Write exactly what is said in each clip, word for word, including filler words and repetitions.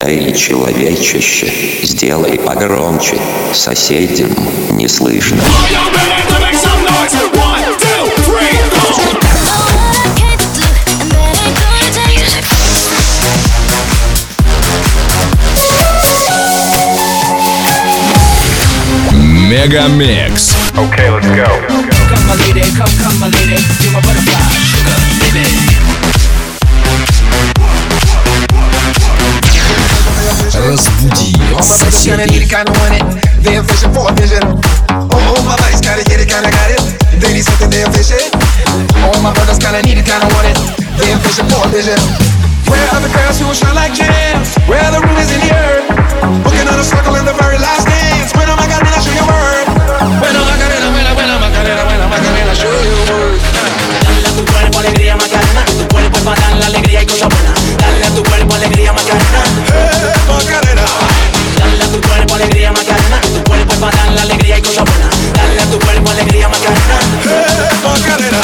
Эй, человечище, сделай погромче, соседям не слышно. Мегамикс. Okay, let's go. Come my lady, come, come my lady, you're my butterfly, sugar, baby. Разбуди соседей. They're fishing for a vision. Oh, oh, my body's kinda get it, kinda got it. They need something, they're fishing. Oh, my brothers kinda need it, kinda want it. They're fishing for a vision. Where are the girls who shine like gems? Where are the rubies in the earth? Looking on a circle in the very last dance. When am I gonna show you word? When am I gonna, when am I gonna, when am I gonna show you word? Dale a tu cuerpo alegría Macarena, tu cuerpo es para dar la alegría y cosas buenas. Dale a tu cuerpo alegría Macarena, Hey, Macarena. dale a tu cuerpo alegría Macarena, tu cuerpo es para dar la alegría y cosas buenas. Dale a tu cuerpo alegría Macarena, Hey, Macarena.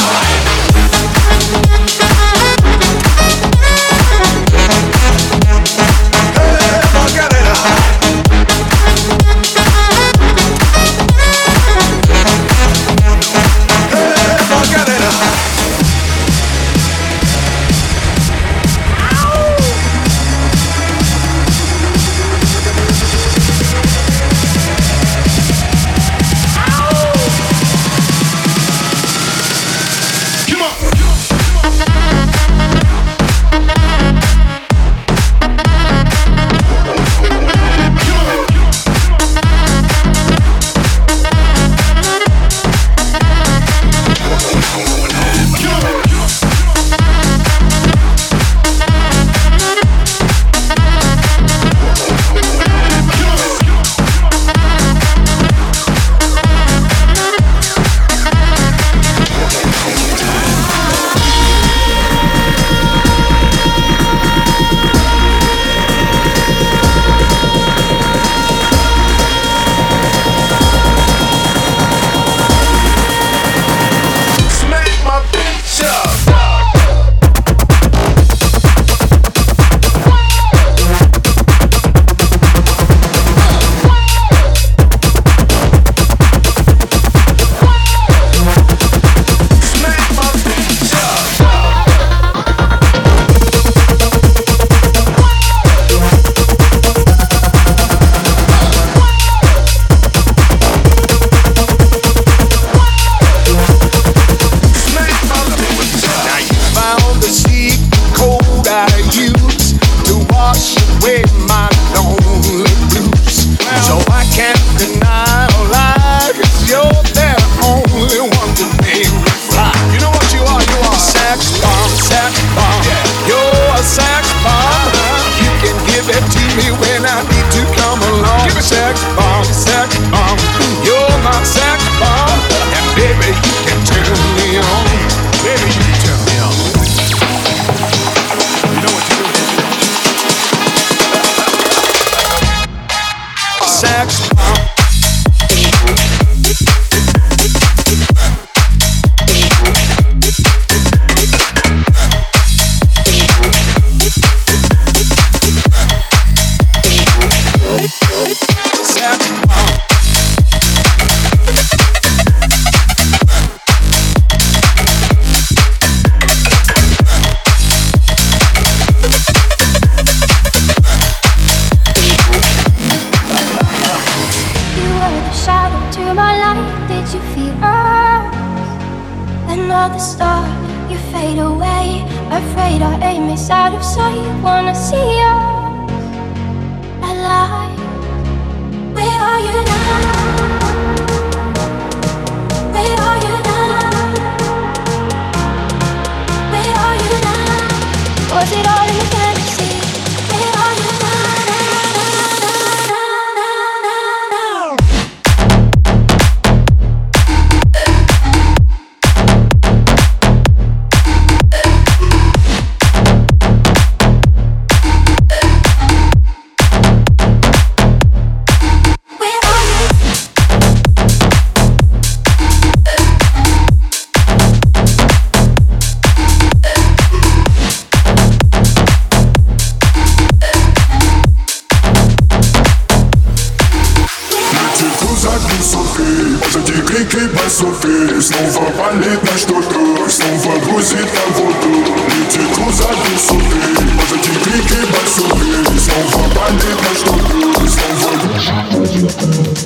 басуфи, снова палит на что-то, снова грузит на воду. Летит груза высоты, вот эти крики басуфи, снова палит на что-то, снова грузит на воду.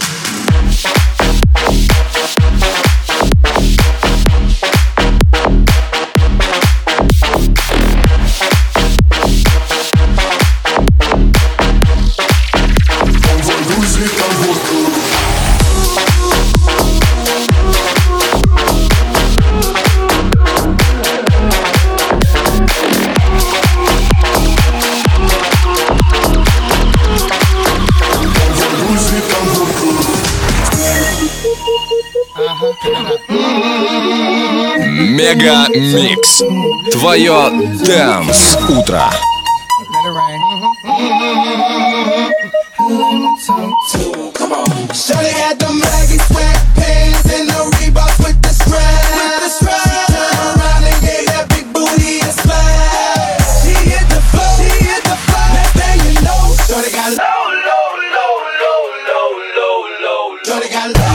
Мега Микс. Твое Dance утро. Shawty had them baggy sweatpants and the Reeboks with the straps. Turn around and gave that big booty a splash. She hit the floor, she hit the floor. Next thing you know, shawty got low, low, low, low, low, low, low. Shawty got low.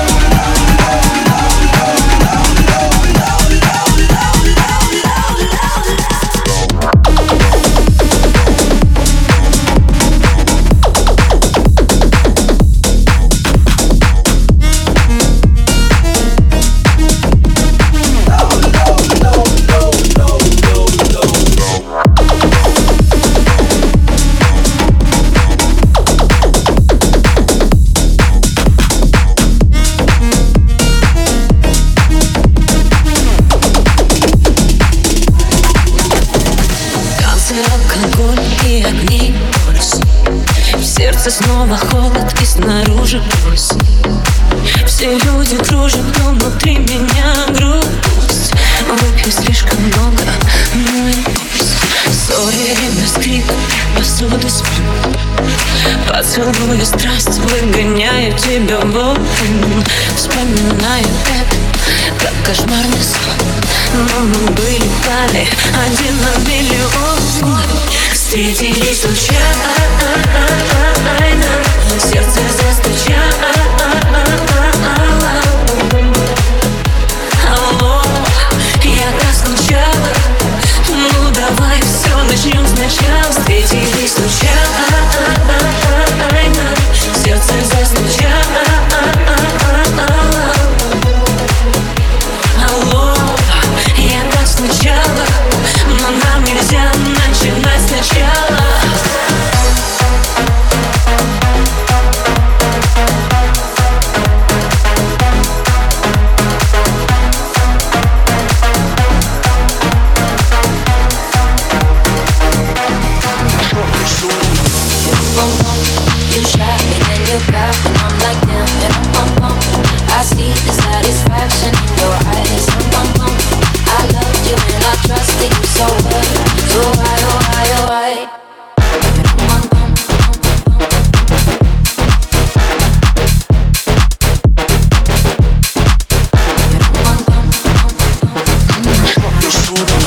Алкоголь и огни, в сердце снова холод и снаружи грусть. Все люди кружат, но внутри меня грусть. Выпью слишком много, ну и пусть. Ссори, время, скрип, посуду сплю. Поцелуя страсть, выгоняю тебя вон. Вспоминаю это, как кошмарный сон. Но мы были пали один на миллион. Встретились случайно, сердце застучало. Алло, я так скучала. Ну давай все начнем сначала. Встретились случайно, сердце застучало. Алло, я так скучала, но нам нельзя начинать сначала. You shot me, then you got me. I'm like damn, and I'm bum bum. I see the satisfaction in your eyes. I'm bum bum. I loved you and I trusted you so well. So why, oh why, oh why? Bum bum, bum bum bum. Bum bum, bum bum.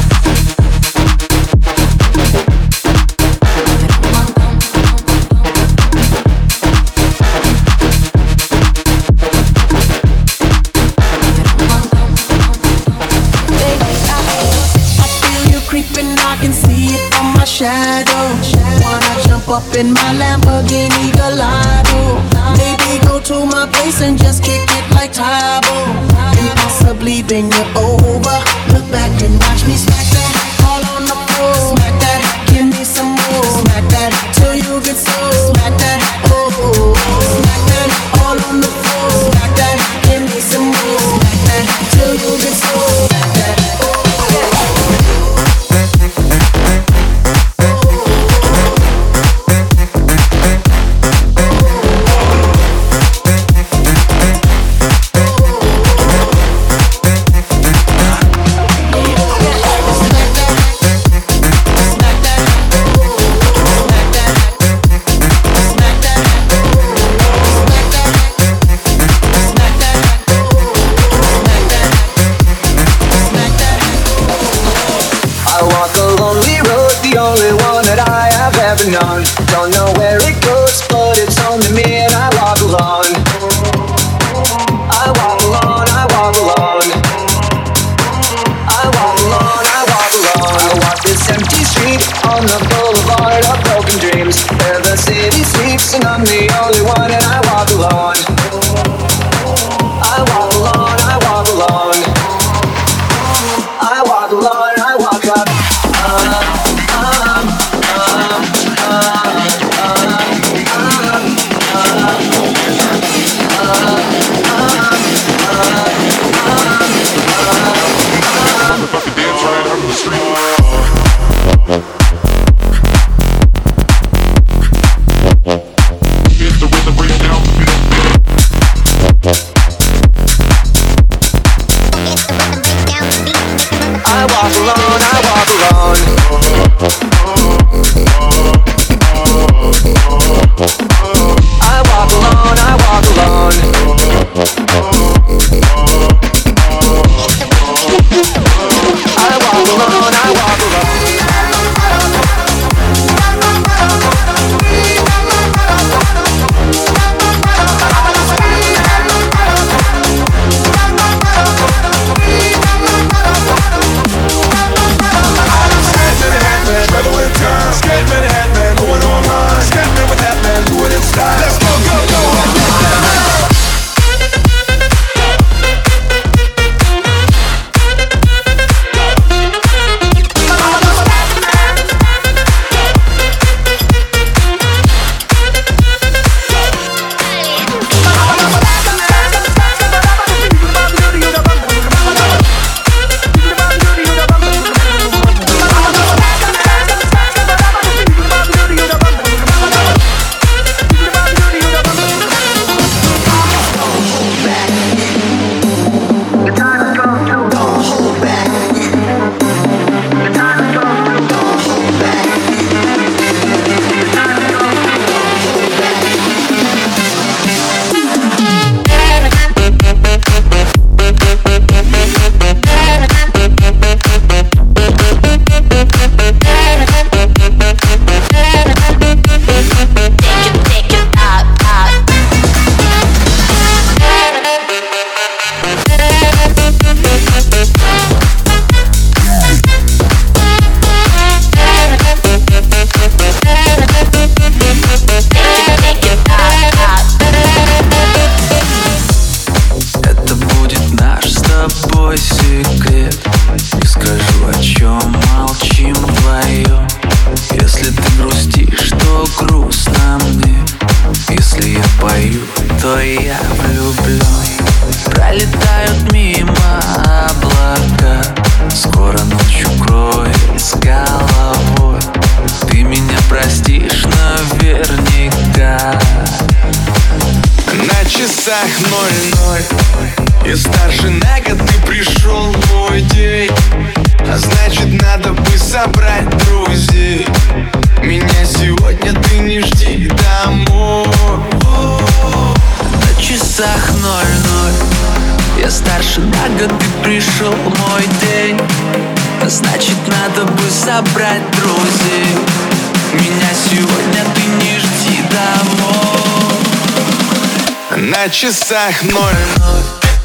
Shadow. Wanna jump up in my Lamborghini Gallardo. Maybe go to my place and just kick it like Tae Bo. And possibly bend you over. Look back and watch me smack that all on the floor. Smack that, give me some more. Smack that till you get so. Smack that, oh, oh, oh. Smack that all on the floor. Smack that, give me some more. Smack that till you get so. Smack that, oh, oh. Known. Don't know where it goes, but it's on me and I walk alone. I walk alone. guessing I'm the only one and I walk alone. I walk alone, I walk alone. I walk alone, I walk up. На часах ноль-ноль.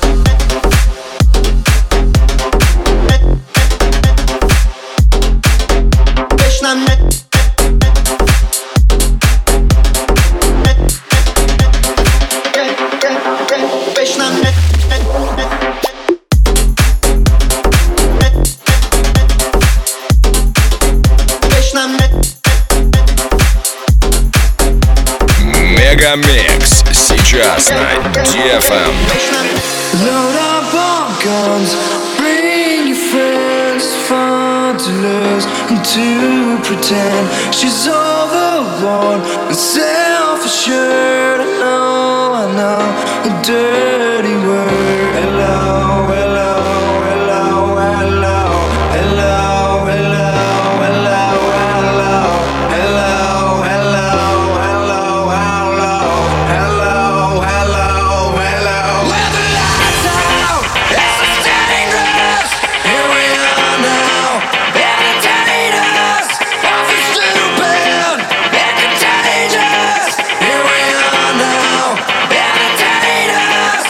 Мегамикс сейчас на ди эф эм. Load up on guns, bring your friends, fun to lose and to pretend she's all the one and self-assured. I know, I know, a dirty word. Hello, hello, hello, hello, hello, hello, hello, hello, hello, hello, hello, hello, hello, hello, hello. Let the lights out, it's so dangerous. Here we are now, entertain us. Awful stupid, and contagious. Here we are now, entertain us.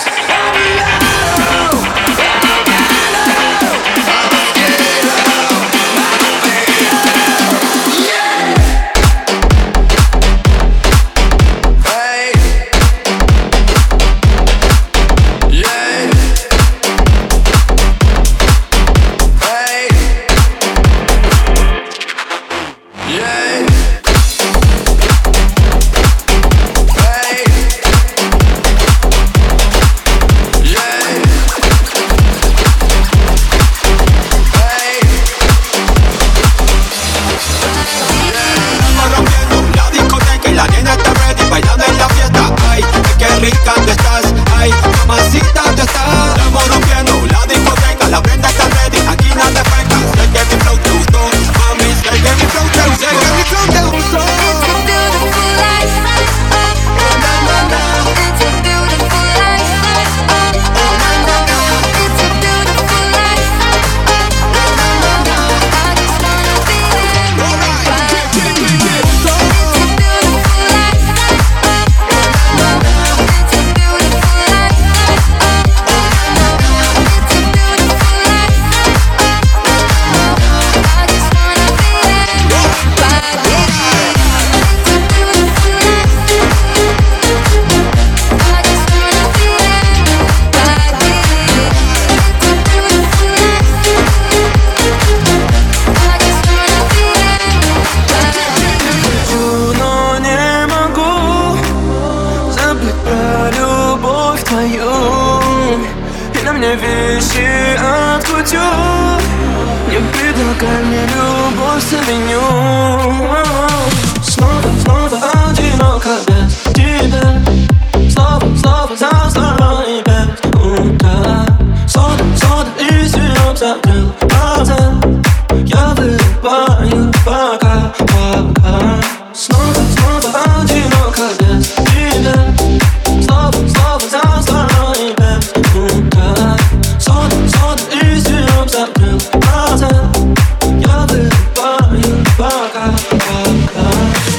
мне вещи от кутюр. Не предлагай мне любовь с авеню. Снова, снова одиноко без тебя. Снова, снова за старой без утра. Сода, сода и сироп закрыл глаза. Я вырубаю пока, пока. Снова, снова одиноко без тебя. Снова, снова за старой без утра. Сода, сода и сироп закрыл глаза. Я вырубаю пока, пока.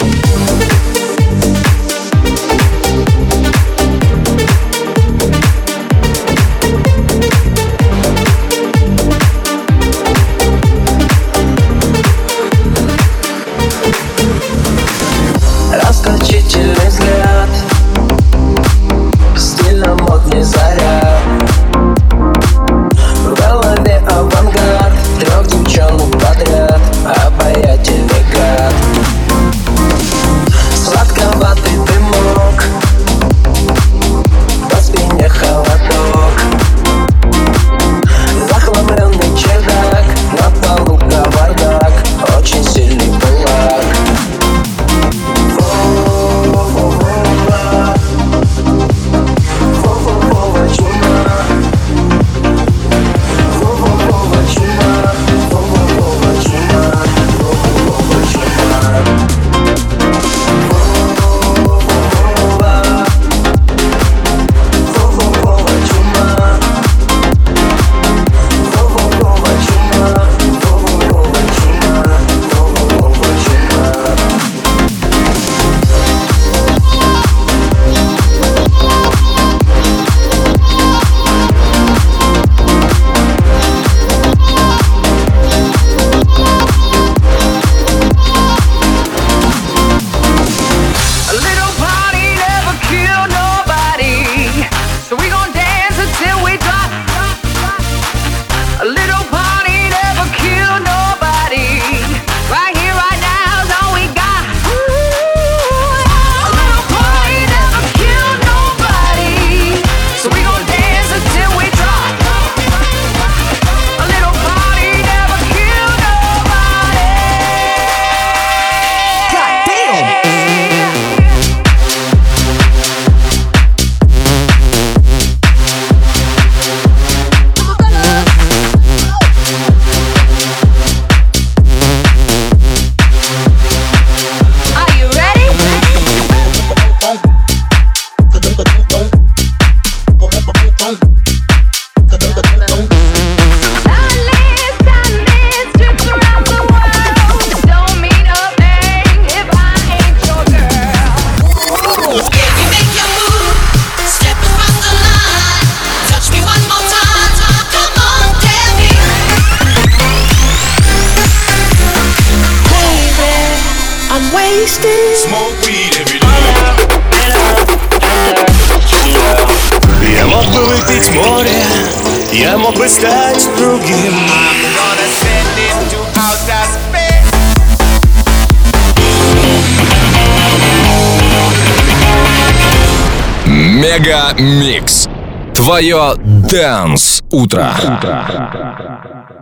Раскачительный взгляд, стильно модный заряд. В голове авангард, трех девчонок подряд, обаятельный гад. Сладковатый дымок, по спине холодок. Захламленный чердак, на полу кавардак, очень сильный кулак. Я мог бы выпить море, я мог бы стать другим. Мега Микс. Твое Dance утро.